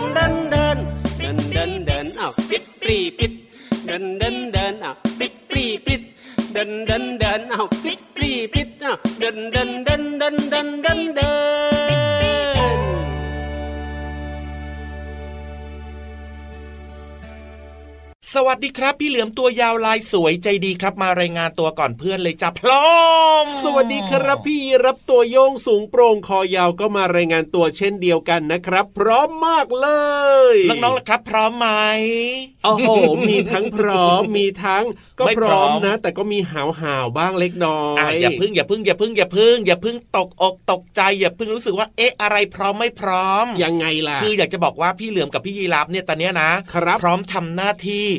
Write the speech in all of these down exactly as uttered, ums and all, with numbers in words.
เดินเดินเดินเดินเดินอ้าวปิดปรีปิดเดินเดินเดินอ้าวปิดปรีปิดเดินเดินเดินอ้าวปิดปรีปิดอ้าวเดินเดินเดินเดินเดินเดินเดินสวัสดีครับพี่เหลือมตัวยาวลายสวยใจดีครับมารายงานตัวก่อนเพื่อนเลยจ้ะพร้อมสวัสดีครับพี่รับตัวโยงสูงโปร่งคอยาวก็มารายงานตัวเช่นเดียวกันนะครับพร้อมมากเลยน้องๆล่ะครับพร้อมไหมโอ้โหมีทั้งพร้อมมีทั้งก็พร้อมนะแต่ก็มีหาวหาวบ้างเล็กน้อยอย่าพึ่งอย่าพึ่งอย่าพึ่งอย่าพึ่งอย่าพึ่งตกอกตกใจอย่าพึ่งรู้สึกว่าเอ๊ะอะไรพร้อมไม่พร้อมยังไงล่ะคืออยากจะบอกว่าพี่เหลือมกับพี่ยีราฟเนี่ยตอนเนี้ยนะพร้อมทำหน้าที่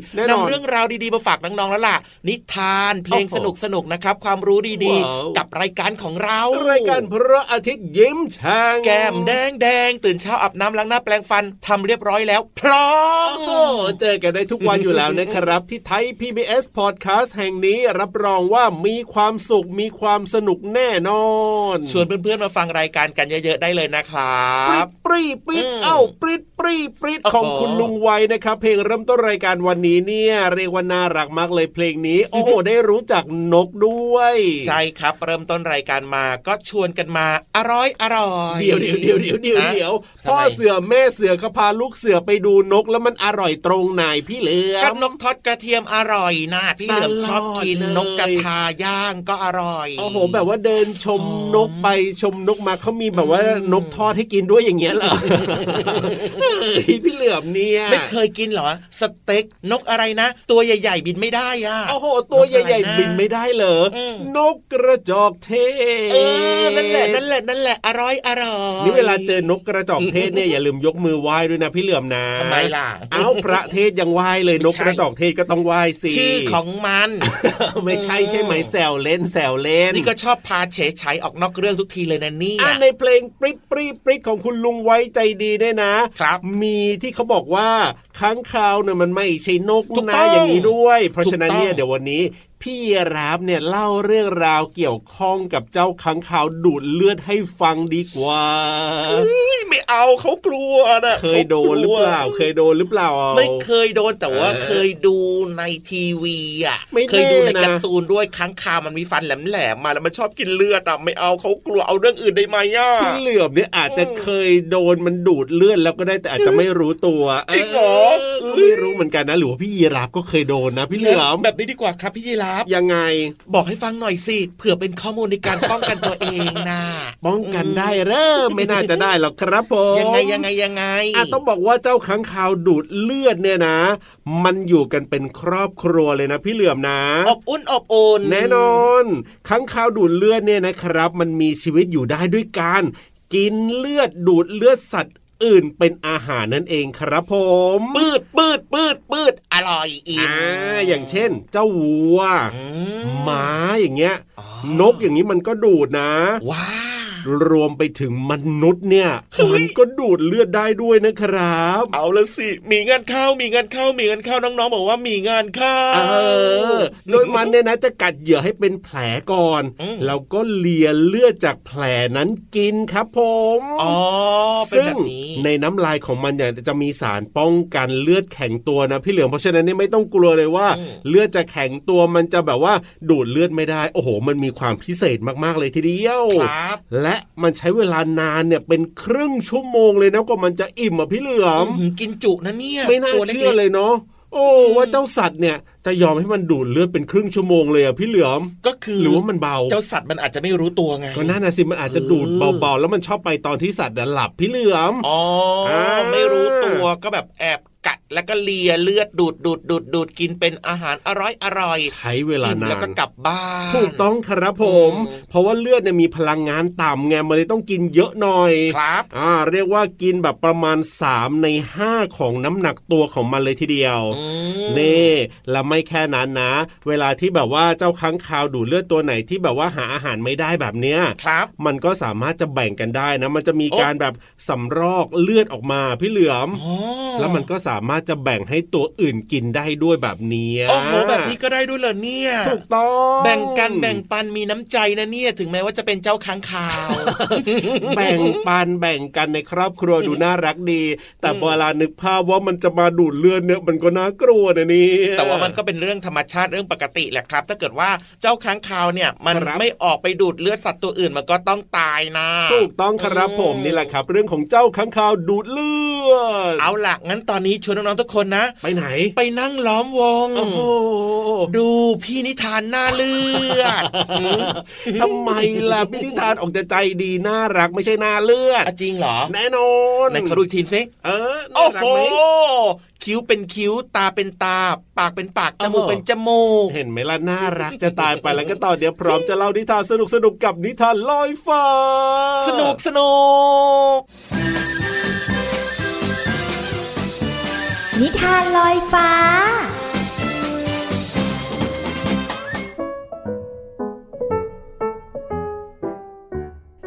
นำเรื่องราวดีๆมาฝากน้องๆแล้วล่ะนิทานเพลงสนุกๆนะครับความรู้ดีๆกับรายการของเรารายการพระอาทิตย์ยิ้มแฉ่งแก้มแดงแดงตื่นเช้าอาบน้ำล้างหน้าแปรงฟันทำเรียบร้อยแล้วพร้อมโอ้เจอกันได้ทุกวันอยู่แล้วนะครับที่ไทย พี บี เอส Podcast แห่งนี้รับรองว่ามีความสุขมีความสนุกแน่นอนชวนเพื่อนๆมาฟังรายการกันเยอะๆได้เลยนะครับปรีปรีเอ้าปรีปรีปรีของคุณลุงไว้นะครับเพลงเริ่มต้นรายการวันนี้เนี่ยเรียกว่าน่ารักมากเลยเพลงนี้โอ้โหได้รู้จักนกด้วยใช่ครับเริ่มต้นรายการมาก็ชวนกันมาอร่อยอร่อยเดี๋ยวเดี๋ยวเดี๋ยวเดี๋ยวเดี๋ยวเดี๋ยวพ่อเสือแม่เสือเขาพาลูกเสือไปดูนกแล้วมันอร่อยตรงไหนพี่เหลือมก็นกทอดกระเทียมอร่อยนะพี่เหลือมชอบกินนกกระทาย่างก็อร่อยโอ้โหแบบว่าเดินชมนกไปชมนกมาเขามีแบบว่านกทอดให้กินด้วยอย่างเงี้ยเหรอพี่เหลือมเนี่ยไม่เคยกินเหรอสเต็กนกอะไรนะตัวใหญ่ๆบินไม่ได้อ่ะโอ้โหตัวใหญ่ๆบินไม่ได้เหรอนกกระจอกเทศเออนั่นแหละนั่นแหละนั่นแหละอร่อยอร่อยนี่เวลาเจอนกกระจอกเทศเนี่ยอย่าลืมยกมือไหว้ด้วยนะพี่เหลือมนะทำไมล่ะเอ้าพระเทศยังไหว้เลยนกกระจอกเทศก็ต้องไหว้สิชื่อของมันไม่ใช่ใช่ไหมแซวเล่นแซวเล่นนี่ก็ชอบพาเฉยฉายออกนอกเรื่องทุกทีเลยนะนี่อ่ะในเพลงปริ๊ดปริ๊ดปริ๊ดของคุณลุงไว้ใจดีเนี่ยนะครับมีที่เขาบอกว่าค้างคาวเนี่ยมันไม่ใช่นกนะอย่างนี้ด้วยเพราะฉะนั้นเนี่ยเดี๋ยววันนี้พี่รับเนี่ยเล่าเรื่องราวเกี่ยวข้องกับเจ้าค้างคาวดูดเลือดให้ฟังดีกว่าไม่เอาเขากลัวนะเคยโดนหรือเปล่าเคยโดนหรือเปล่าไม่เคยโดนแต่ว่าเคยดูในทีวีอ่ะเคยดูในการ์ตูนด้วยค้างคาวมันมีฟันแหลมๆมาแล้วมันชอบกินเลือดอ่ะไม่เอาเขากลัวเอาเรื่องอื่นได้ไหมอ่ะพี่เหลือบเนี่ยอาจจะเคยโดนมันดูดเลือดแล้วก็ได้แต่อาจจะไม่รู้ตัวจริงเหรอไม่รู้เหมือนกันนะหรือว่าพี่ยีราฟก็เคยโดนนะพี่เหลือบแบบนี้ดีกว่าครับพี่ยีราฟยังไงบอกให้ฟังหน่อยสิเผื่อเป็นข้อมูลในการป้องกันตัวเองนะป้องกันได้เริ่มไม่น่าจะได้หรอกครับผมยังไงยังไงยังไงอ่ะต้องบอกว่าเจ้าค้างคาวดูดเลือดเนี่ยนะมันอยู่กันเป็นครอบครัวเลยนะพี่เหลือมนะอบอุ่นอบอุ่นแน่นอนค้างคาวดูดเลือดเนี่ยนะครับมันมีชีวิตอยู่ได้ด้วยการกินเลือดดูดเลือดสัตว์อื่นเป็นอาหารนั่นเองครับผมปืดปืดปืดปืดอร่อยอิ่มอ่าอย่างเช่นเจ้าวัวหมาอย่างเงี้ยนกอย่างนี้มันก็ดูดนะว้ารวมไปถึงมนุษย์เนี่ยมันก็ดูดเลือดได้ด้วยนะครับเอาละสิมีงานเข้ามีงานเข้ามีงานเข้าน้องๆบอกว่ามีงานเข้าเออโดยมันเนี่ยนะจะกัดเหยื่อให้เป็นแผลก่อนแล้วก็เลียเลือดจากแผลนั้นกินครับผมอ๋อซึ่งในน้ำลายของมันเนี่ยจะมีสารป้องกันเลือดแข็งตัวนะพี่เหลืองเพราะฉะนั้นนี่ไม่ต้องกลัวเลยว่าเลือดจะแข็งตัวมันจะแบบว่าดูดเลือดไม่ได้โอ้โหมันมีความพิเศษมากๆเลยทีเดียวครับและมันใช้เวลานานเนี่ยเป็นครึ่งชั่วโมงเลยนะกว่ามันจะอิ่มอ่ะพี่เหลือมกินจุนะเนี่ยไม่น่าเชื่อเลยเนาะโอ้ว่าเจ้าสัตว์เนี่ยจะยอมให้มันดูดเลือดเป็นครึ่งชั่วโมงเลยอ่ะพี่เหลือมก็คือหรือว่ามันเบาเจ้าสัตว์มันอาจจะไม่รู้ตัวไงก็น่าน่ะสิมันอาจจะดูดเบาๆแล้วมันชอบไปตอนที่สัตว์หลับพี่เหลือมอ๋อไม่รู้ตัวก็แบบแอบกัดแล้วก็เลียเลือดดูดดูดดูดดูดกินเป็นอาหารอร่อยอร่อยใช้เวลานานแล้วก็กลับบ้านถูกต้องครับผมเพราะว่าเลือดเนี่ยมีพลังงานต่ำไงมันเลยต้องกินเยอะหน่อยครับอ่าเรียกว่ากินแบบประมาณสามในห้าของน้ำหนักตัวของมันเลยทีเดียวนี่แล้วไม่แค่นั้นนะเวลาที่แบบว่าเจ้าค้างคาวดูดเลือดตัวไหนที่แบบว่าหาอาหารไม่ได้แบบเนี้ยครับมันก็สามารถจะแบ่งกันได้นะมันจะมีการแบบสำรอกเลือดออกมาพี่เหลือมแล้วมันก็สามารถจะแบ่งให้ตัวอื่นกินได้ด้วยแบบนี้โอ้โหแบบนี้ก็ได้ด้วยเหรอเนี่ยถูกต้องแบ่งกันแบ่งปันมีน้ำใจนะเนี่ยถึงแม้ว่าจะเป็นเจ้าค้างคาวแบ่งปันแบ่งกันในครอบครัวดูน่ารักดีแต่เวลานึกภาพว่ามันจะมาดูดเลือดเนี่ยมันก็น่ากลัวนะนี่แต่ว่ามันก็เป็นเรื่องธรรมชาติเรื่องปกติแหละครับถ้าเกิดว่าเจ้าค้างคาวเนี่ยมันไม่ออกไปดูดเลือดสัตว์ตัวอื่นมันก็ต้องตายนะถูกต้องครับผมนี่แหละครับเรื่องของเจ้าค้างคาวดูดเลือดเอาล่ะงั้นตอนนี้ชวนน้องๆทุกคนนะไปไหนไปนั่งล้อมวงดูพี่นิทานหน้าเลือดทำไมล่ะพี่นิทานออกจะใจดีน่ารักไม่ใช่หน้าเลือดจริงเหรอแน่นอนไหนขอดูทีนซิเออโอ้โหคิ้วเป็นคิ้วตาเป็นตาปากเป็นปากจมูกเป็นจมูกเห็นไหมล่ะน่ารักจะตายไปแล้วก็ตอนเดี๋ยวพร้อมจะเล่านิทานสนุกสนุกกับนิทานลอยฟ้าสนุกสนุกนิทานลอยฟ้า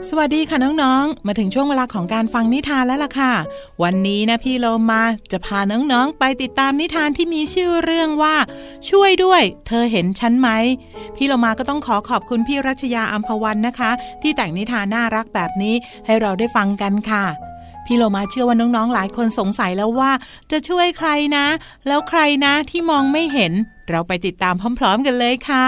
สวัสดีค่ะน้องๆมาถึงช่วงเวลาของการฟังนิทานแล้วล่ะค่ะวันนี้นะพี่โลมาจะพาน้องๆไปติดตามนิทานที่มีชื่อเรื่องว่าช่วยด้วยเธอเห็นฉันไหมพี่โลมาก็ต้องขอขอบคุณพี่รัชยาอัมพวันนะคะที่แต่งนิทานน่ารักแบบนี้ให้เราได้ฟังกันค่ะพี่โลมาเชื่อว่าน้องๆหลายคนสงสัยแล้วว่าจะช่วยใครนะแล้วใครนะที่มองไม่เห็นเราไปติดตามพร้อมๆกันเลยค่ะ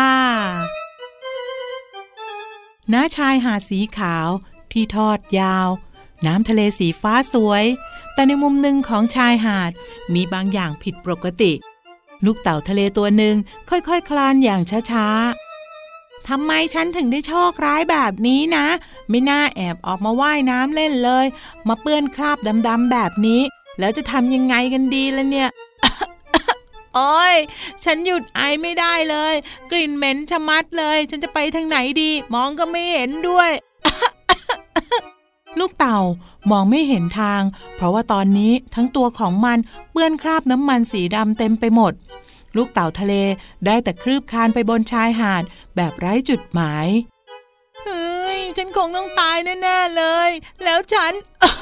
ณชายหาดสีขาวที่ทอดยาวน้ำทะเลสีฟ้าสวยแต่ในมุมหนึ่งของชายหาดมีบางอย่างผิดปกติลูกเต่าทะเลตัวหนึ่งค่อยๆ ค, คลานอย่างช้าๆทำไมฉันถึงได้โชคร้ายแบบนี้นะไม่น่าแอบออกมาว่ายน้ำเล่นเลยมาเปื้อนคราบดำๆแบบนี้แล้วจะทำยังไงกันดีล่ะเนี่ย โอ้ยฉันหยุดไอไม่ได้เลยกลิ่นเหม็นชะมัดเลยฉันจะไปทางไหนดีมองก็ไม่เห็นด้วย ลูกเต่ามองไม่เห็นทางเพราะว่าตอนนี้ทั้งตัวของมันเปื้อนคราบน้ำมันสีดำเต็มไปหมดลูกเต่าทะเลได้แต่คลืบคลานไปบนชายหาดแบบไร้จุดหมายเฮ้ยฉันคงต้องตายแน่ๆเลยแล้วฉัน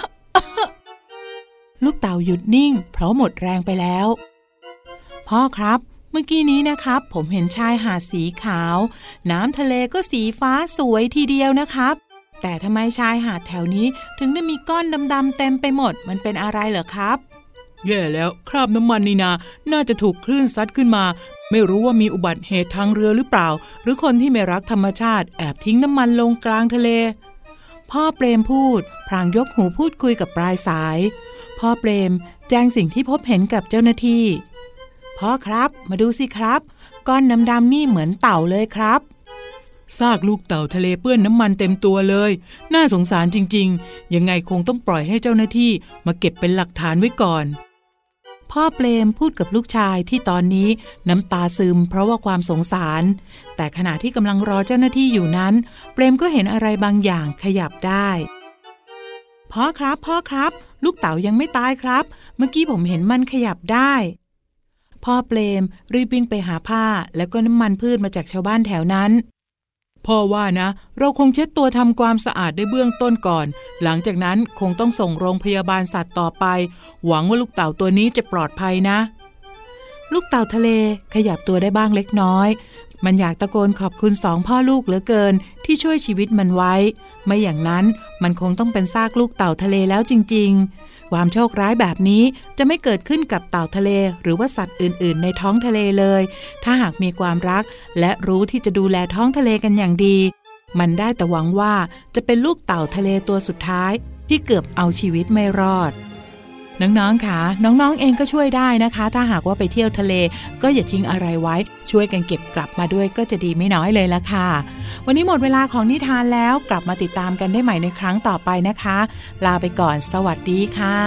ลูกเต่าหยุดนิ่งเพราะหมดแรงไปแล้วพ่อครับเมื่อกี้นี้นะครับผมเห็นชายหาดสีขาวน้ำทะเลก็สีฟ้าสวยทีเดียวนะครับแต่ทำไมชายหาดแถวนี้ถึงได้มีก้อนดำๆเต็มไปหมดมันเป็นอะไรเหรอครับแย่แล้วคราบน้ำมันนี่นาน่าจะถูกคลื่นซัดขึ้นมาไม่รู้ว่ามีอุบัติเหตุทางเรือหรือเปล่าหรือคนที่ไม่รักธรรมชาติแอบทิ้งน้ำมันลงกลางทะเลพ่อเปรมพูดพลางยกหูพูดคุยกับปลายสายพ่อเปรมแจ้งสิ่งที่พบเห็นกับเจ้าหน้าที่พ่อครับมาดูสิครับก้อนดำๆนี่เหมือนเต่าเลยครับซากลูกเต่าทะเลเปื้อนน้ำมันเต็มตัวเลยน่าสงสารจริงๆยังไงคงต้องปล่อยให้เจ้าหน้าที่มาเก็บเป็นหลักฐานไว้ก่อนพ่อเปรมพูดกับลูกชายที่ตอนนี้น้ำตาซึมเพราะว่าความสงสารแต่ขณะที่กำลังรอเจ้าหน้าที่อยู่นั้นเปรมก็เห็นอะไรบางอย่างขยับได้พ่อครับพ่อครับลูกเต่ายังไม่ตายครับเมื่อกี้ผมเห็นมันขยับได้พ่อเปรมรีบวิ่งไปหาผ้าแล้วก็น้ำมันพืชมาจากชาวบ้านแถวนั้นพ่อว่านะเราคงเช็ดตัวทำความสะอาดได้เบื้องต้นก่อนหลังจากนั้นคงต้องส่งโรงพยาบาลสัตว์ต่อไปหวังว่าลูกเต่าตัวนี้จะปลอดภัยนะลูกเต่าทะเลขยับตัวได้บ้างเล็กน้อยมันอยากตะโกนขอบคุณสองพ่อลูกเหลือเกินที่ช่วยชีวิตมันไว้ไม่อย่างนั้นมันคงต้องเป็นซากลูกเต่าทะเลแล้วจริงๆความโชคร้ายแบบนี้จะไม่เกิดขึ้นกับเต่าทะเลหรือว่าสัตว์อื่นๆในท้องทะเลเลยถ้าหากมีความรักและรู้ที่จะดูแลท้องทะเลกันอย่างดีมันได้แต่หวังว่าจะเป็นลูกเต่าทะเลตัวสุดท้ายที่เกือบเอาชีวิตไม่รอดน้องๆค่ะน้องๆเองก็ช่วยได้นะคะถ้าหากว่าไปเที่ยวทะเลก็อย่าทิ้งอะไรไว้ช่วยกันเก็บกลับมาด้วยก็จะดีไม่น้อยเลยละค่ะวันนี้หมดเวลาของนิทานแล้วกลับมาติดตามกันได้ใหม่ในครั้งต่อไปนะคะลาไปก่อนสวัสดีค่ะ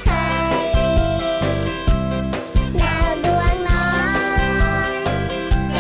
ด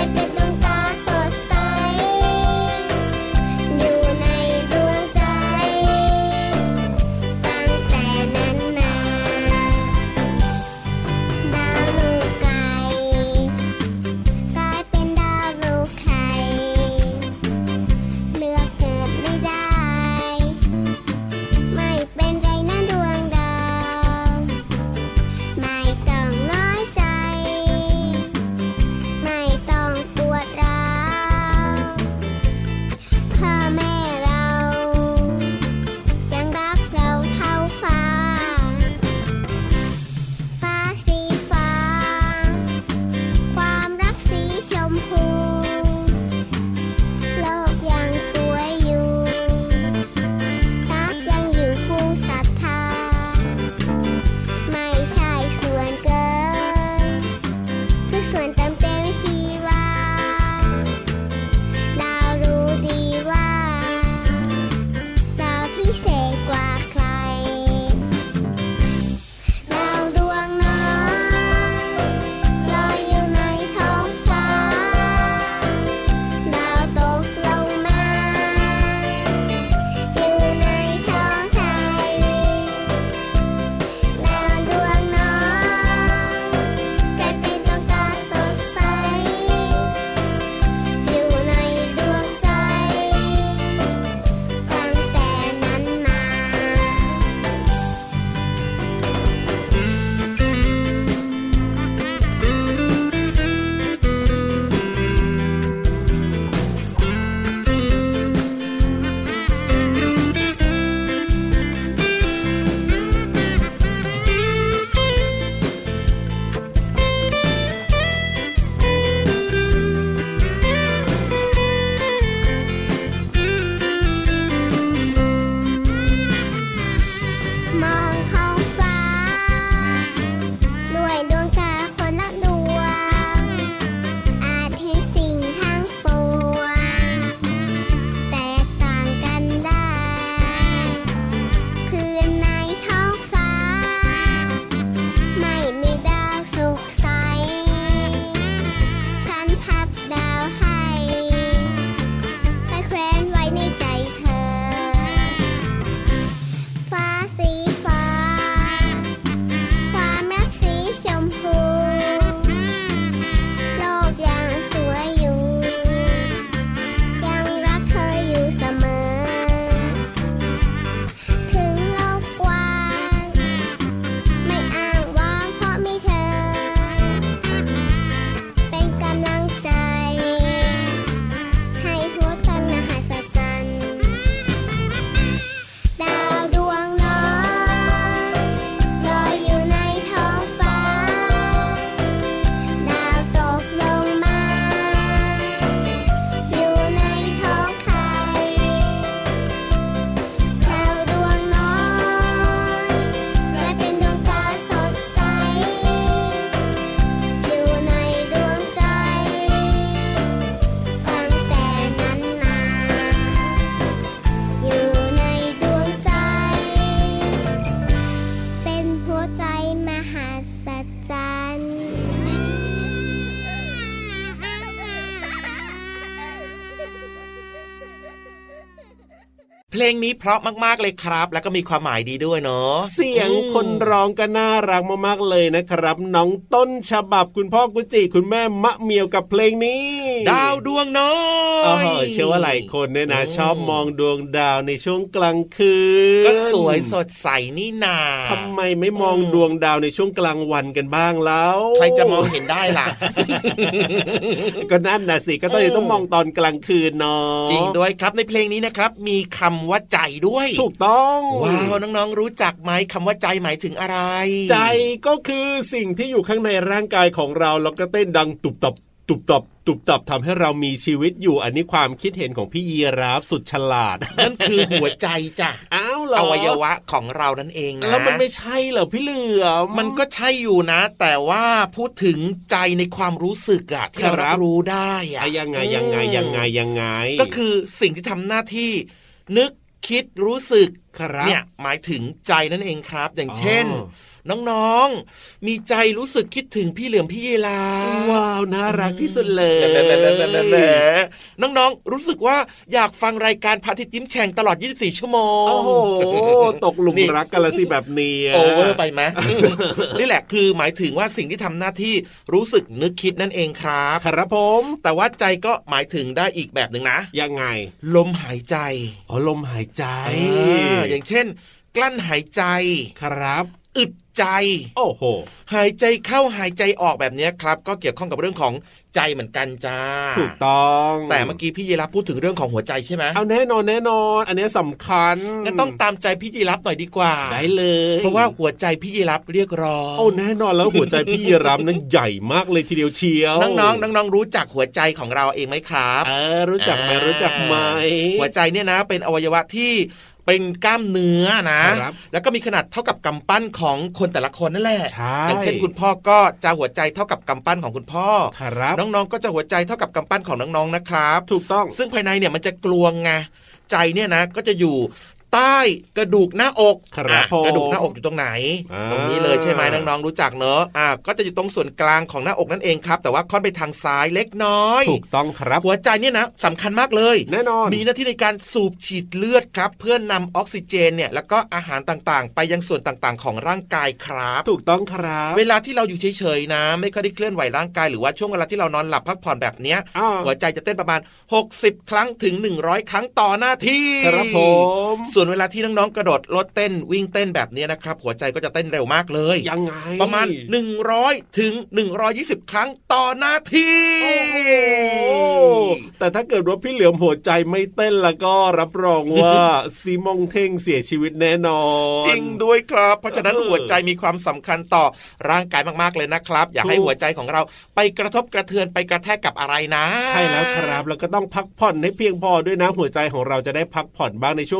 เพลงนี้เพราะมากๆเลยครับแล้วก็มีความหมายดีด้วยเนาะเสียงคนร้องก็น่ารักมากๆเลยนะครับน้องต้นฉบับคุณพ่อกุจิคุณแม่มะเมียวกับเพลงนี้ดาวดวงน้อยเชื่อว่าหลายคนเนี่ยนะชอบมองดวงดาวในช่วงกลางคืนก็สวยสดใสนี่นาทำไมไม่มองดวงดาวในช่วงกลางวันกันบ้างแล้วใครจะมองเห็นได้ล่ะก็นั่นนะสิก็ต้องต้องมองตอนกลางคืนเนาะจริงด้วยครับในเพลงนี้นะครับมีคำว่าใจด้วยถูกต้องว้าวน้องๆรู้จักไหมคำว่าใจหมายถึงอะไรใจก็คือสิ่งที่อยู่ข้างในร่างกายของเราแล้วก็เต้นดังตุบตับตุบตับตุบตับทำให้เรามีชีวิตอยู่อันนี้ความคิดเห็นของพี่ยีราฟสุดฉลาดนั่นคือหัวใจจ้ะอ้าวเหรออวัยวะของเรานั่นเองนะแล้วมันไม่ใช่เหรอพี่เหลือมมันก็ใช่อยู่นะแต่ว่าพูดถึงใจในความรู้สึกอะที่เรารับรู้ได้อะยังไงยังไงยังไงยังไงก็คือสิ่งที่ทำหน้าที่นึกคิดรู้สึกเนี่ยหมายถึงใจนั่นเองครับอย่างเช่นน้องๆมีใจรู้สึกคิดถึงพี่เหลือมพี่เยลาว้าวน่ารักที่สุดเลยน้องๆรู้สึกว่าอยากฟังรายการพระอาทิตย์ยิ้มแฉ่งตลอดยี่สิบสี่ชั่วโมงโอ้โหตกหลุมรักกันละสิแบบนี้โอเวอร์ไปไหม นี่แหละคือหมายถึงว่าสิ่งที่ทำหน้าที่รู้สึกนึกคิดนั่นเองครับครับผมแต่ว่าใจก็หมายถึงได้อีกแบบนึงนะยังไงลมหายใจอ๋อลมหายใจอย่างเช่นกลั้นหายใจครับอึดใจโอ้โหหายใจเข้าหายใจออกแบบนี้ครับก็เกี่ยวข้องกับเรื่องของใจเหมือนกันจ้าถูกต้องแต่เมื่อกี้พี่ยีรับพูดถึงเรื่องของหัวใจใช่ไหมเอาแน่นอนแน่นอนอันนี้สำคัญงั้นต้องตามใจพี่ยีรับหน่อยดีกว่าได้เลยเพราะว่าหัวใจพี่ยีรับเรียกร้องโอ้แน่นอนแล้วหัวใจพี่ยีรับนั้นใหญ่มากเลยทีเดียวเชียวน้องๆน้องๆรู้จักหัวใจของเราเองไหมครับเออรู้จักไหมรู้จักไหมหัวใจเนี่ยนะเป็นอวัยวะที่เป็นกล้ามเนื้อนะแล้วก็มีขนาดเท่ากับกำปั้นของคนแต่ละคนนั่นแหละอย่างเช่นคุณพ่อก็จะหัวใจเท่ากับกำปั้นของคุณพ่อน้องๆก็จะหัวใจเท่ากับกำปั้นของน้องๆนะครับถูกต้องซึ่งภายในเนี่ยมันจะกลวงไงใจเนี่ยนะก็จะอยู่ใต้กระดูกหน้าอกกระดูกหน้าอกอยู่ตรงไหนตรงนี้เลยใช่ไหมน้องๆรู้จักเนอะอ่าก็จะอยู่ตรงส่วนกลางของหน้าอกนั่นเองครับแต่ว่าค่อนไปทางซ้ายเล็กน้อยถูกต้องครับหัวใจเนี่ยนะสำคัญมากเลยแน่นอนมีหน้าที่ในการสูบฉีดเลือดครับเพื่อนำออกซิเจนเนี่ยแล้วก็อาหารต่างๆไปยังส่วนต่างๆของร่างกายครับถูกต้องครับเวลาที่เราอยู่เฉยๆนะไม่ค่อยได้เคลื่อนไหวร่างกายหรือว่าช่วงเวลาที่เรานอนหลับพักผ่อนแบบเนี้ยหัวใจจะเต้นประมาณหกสิบครั้งถึงหนึ่งร้อยครั้งต่อนาทีครับผมส่วนเวลาที่น้องๆกระโดดรถเต้นวิ่งเต้นแบบนี้นะครับหัวใจก็จะเต้นเร็วมากเลยยังไงประมาณหนึ่งร้อยถึงหนึ่งร้อยยี่สิบครั้งต่อนาทีโอ้โหแต่ถ้าเกิดว่าพี่เหลือมหัวใจไม่เต้นแล้วก็รับรองว่าซีมงเท่งเสียชีวิตแน่นอนจริงด้วยครับเพราะฉะนั้นหัวใจมีความสำคัญต่อร่างกายมากๆเลยนะครับอย่าให้หัวใจของเราไปกระทบกระเทือนไปกระแทกกับอะไรนะใช่แล้วครับแล้วก็ต้องพักผ่อนให้เพียงพอด้วยนะหัวใจของเราจะได้พักผ่อนบ้างในช่วงกลางคื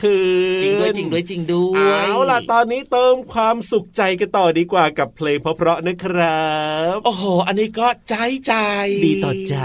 คืนจริงด้วยจริงด้วยจริงด้วยเอาล่ะตอนนี้เติมความสุขใจกันต่อดีกว่ากับเพลงเพราะๆนะครับโอ้โหอันนี้ก็ใจใจดีต่อใจ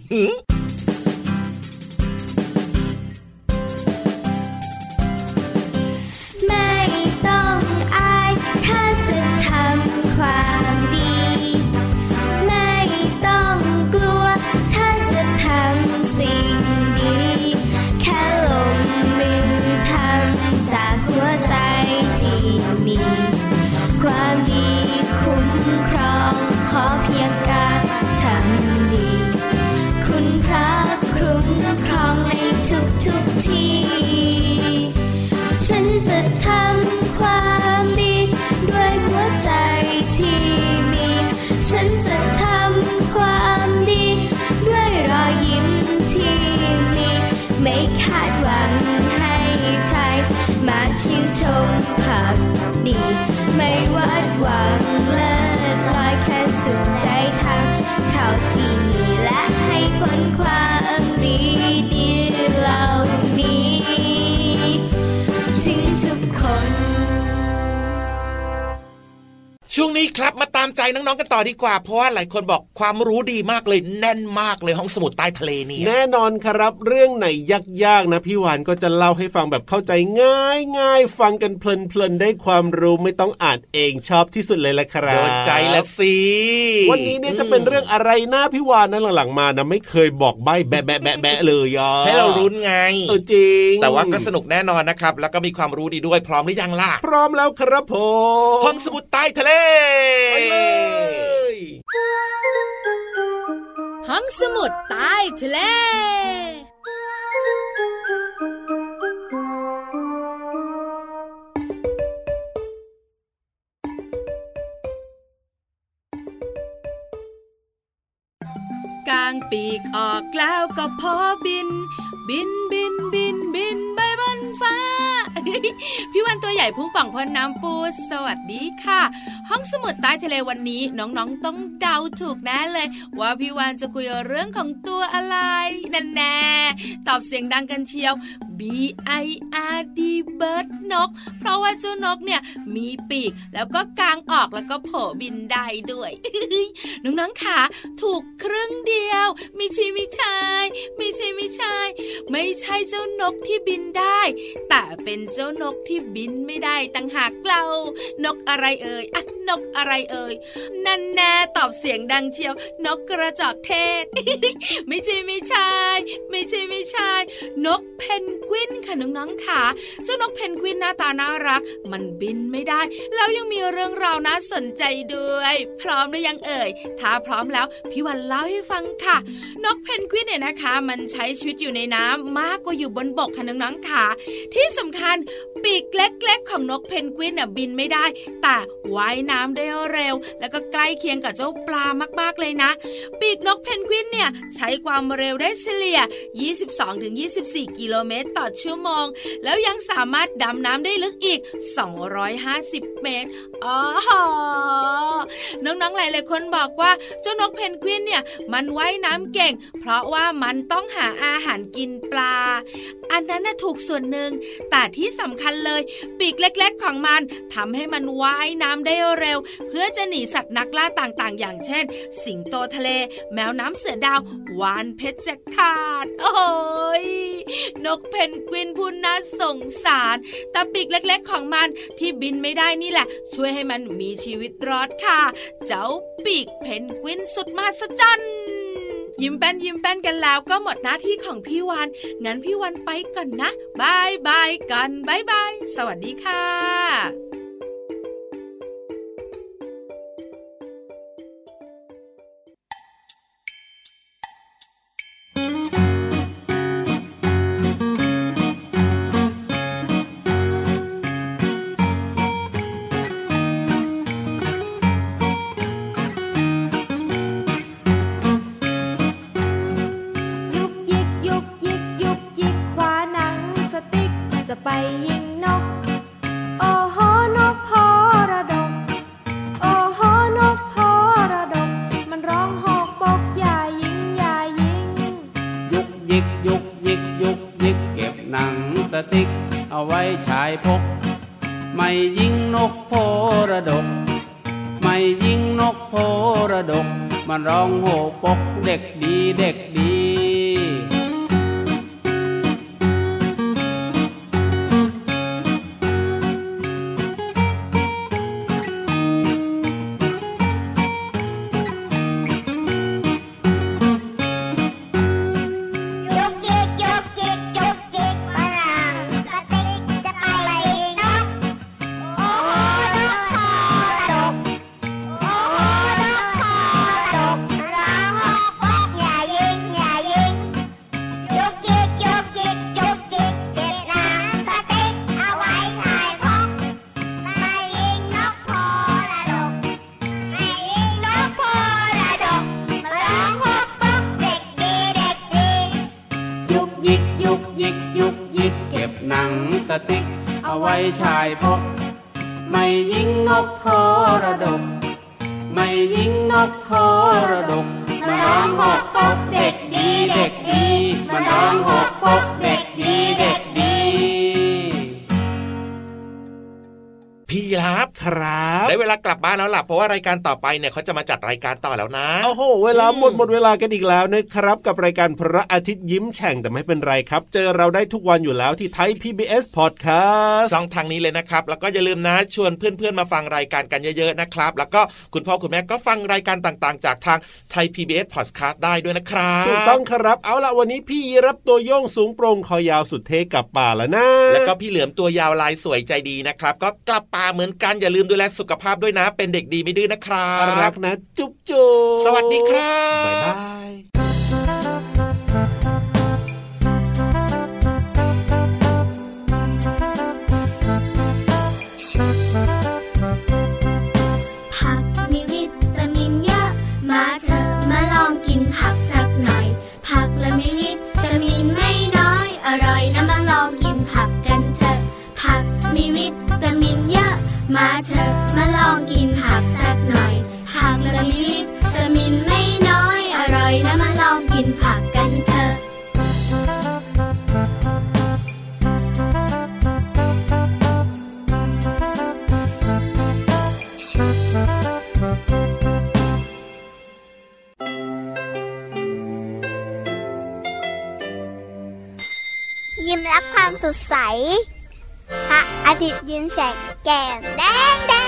ชื่นชมผักดีไม่วาดหวังเลิศลอยแค่สุขใจทำเท่าที่มีและให้ผลความดีดีเหล่านี้ถึงทุกคนช่วงนี้ครับมาตามใจน้องๆกันต่อดีกว่าเพราะว่าหลายคนบอกความรู้ดีมากเลยแน่นมากเลยห้องสมุดใต้ทะเลนี่แน่นอนครับเรื่องไหนยากๆนะพี่วานก็จะเล่าให้ฟังแบบเข้าใจง่ายๆฟังกันเพลินๆได้ความรู้ไม่ต้องอ่านเองชอบที่สุดเลยละครับโดนใจละสิวันนี้เนี่ยจะเป็นเรื่องอะไรนะพี่วานนั้นหลังๆมานะไม่เคยบอกใบ้แบะแบะแบะแบะเลยอ่ะให้เรารุ้นไงเออจริงแต่ว่าก็สนุกแน่นอนนะครับแล้วก็มีความรู้ดีด้วยพร้อมหรือยังล่ะพร้อมแล้วครับผมห้องสมุดใต้ทะเลไปเลยห้องสมุดใต้ทะเลกางปีกออกแล้วก็พอบินบินบินบินบินไปบนฟ้า พี่วันตัวใหญ่พุ่งป่องพอน้ำปูสวัสดีค่ะห้องสมุดใต้ทะเลวันนี้น้องๆต้องเดาถูกแน่เลยว่าพี่วันจะคุยเรื่องของตัวอะไรนั่นแน่ตอบเสียงดังกันเชียว B I R D bird นกเพราะว่าเจ้านกเนี่ยมีปีกแล้วก็กางออกแล้วก็โผบินได้ด้วย น้องๆค่ะถูกครึ่งเดียวไม่ใช่ไม่ใช่ไม่ใช่ไม่ใช่ไม่ใช่เจ้านกที่บินได้แต่เป็นเจ้านกที่บินไม่ได้ต่างหากเรานกอะไรเอ่ยอ่ะนกอะไรเอ่ยนั่นแน่ตอบเสียงดังเชียวนกกระจอกเทศ ไม่ใช่ไม่ใช่ไม่ใช่ไม่ใช่นกเพนกวินค่ะน้องๆค่ะเจ้านกเพนกวินหน้าตาน่ารักมันบินไม่ได้แล้วยังมีเรื่องราวน่าสนใจด้วยพร้อมหรือยังเอ่ยถ้าพร้อมแล้วพี่วันเล่าให้ฟังค่ะนกเพนกวินเนี่ยนะคะมันใช้ชีวิตอยู่ในน้ำมากกว่าอยู่บนบกค่ะน้องๆค่ะที่สำคัญปีกเล็กๆของนกเพนกวินน่ะบินไม่ได้แต่ว่ายน้ำได้เร็วแล้วก็ใกล้เคียงกับเจ้าปลามากๆเลยนะปีกนกเพนกวินเนี่ยใช้ความเร็วได้เฉลี่ย ยี่สิบสองถึงยี่สิบสี่ กิโลเมตรต่อชั่วโมงแล้วยังสามารถดำน้ำได้ลึกอีกสองร้อยห้าสิบเมตรอ๋อน้องๆหลายๆคนบอกว่าเจ้านกเพนกวินเนี่ยมันว่ายน้ำเก่งเพราะว่ามันต้องหาอาหารกินปลาอันนั้นน่ะถูกส่วนหนึ่งแต่ที่สำคัญเลยปีกเล็กๆของมันทำให้มันว่ายน้ำได้เร็วเพื่อจะหนีสัตว์นักล่าต่างๆอย่างเช่นสิงโตทะเลแมวน้ำเสือดาววาฬเพชรฆาตโอ้ยนกเพนกวินผู้น่าสงสารแต่ปีกเล็กๆของมันที่บินไม่ได้นี่แหละช่วยให้มันมีชีวิตรอดค่ะเจ้าปีกเพนกวินสุดมหัศจรรย์ยิ้มแป้นยิ้มแป้นกันแล้วก็หมดหน้าที่ของพี่วันงั้นพี่วันไปก่อนนะบายบายกันบายบายสวัสดีค่ะไปยิงนกโอ้โหนายพกไม่ยิงนกโพระดกไม่ยิงนกโพระดกมันร้องโห่ปกเด็กดีเด็กดีสติ๊กเอาไว้ชายพกไม่ยิงนกโพระดกไม่ยิงนกโพระดกมันร้องหกปกเด็กดีเด็กดีมันร้องหกปกเด็กดีเด็กดีพี่รับครับได้เวลากลับบ้านแล้วล่ะเพราะว่ารายการต่อไปเนี่ยเขาจะมาจัดรายการต่อแล้วนะโอ้โหเวลาหมดหมดเวลากันอีกแล้วนะครับกับรายการพระอาทิตย์ยิ้มแฉ่งแต่ไม่เป็นไรครับเจอเราได้ทุกวันอยู่แล้วที่ไทย พี บี เอส Podcast ช่องทางนี้เลยนะครับแล้วก็อย่าลืมนะชวนเพื่อนๆมาฟังรายการกันเยอะๆนะครับแล้วก็คุณพ่อคุณแม่ก็ฟังรายการต่างๆจากทางไทย พี บี เอส Podcast ได้ด้วยนะครับถูกต้องครับเอาล่ะวันนี้พี่รับตัวโยงสูงโปร่งคอยาวสุดเท่กับป่าแล้วนะแล้วก็พี่เหลือมตัวยาวลายสวยใจดีนะครับก็กลับป่าเหมือนกันอย่าลืมดูแลสุขภาพด้วยนะเป็นเด็กดีไม่ดื้อนะครับรักนะจุ๊บจุ๊บสวัสดีครับบ๊ายบายผักมีวิตามินเยอะมาเถอะมาลองกินผักสักหน่อยผักและมีวิตามินไม่น้อยอร่อยนะมาลองกินผักกันเถอะผักมีวิตามินเยอะมาเถอะมาลองกินผักสักหน่อยผักและมีวิตามินไม่น้อยอร่อยนะมาลองกินผักกันเถอะยิ้มรับความสดใสพระอาทิตย์ยิ้มแฉกแก้มแดงแด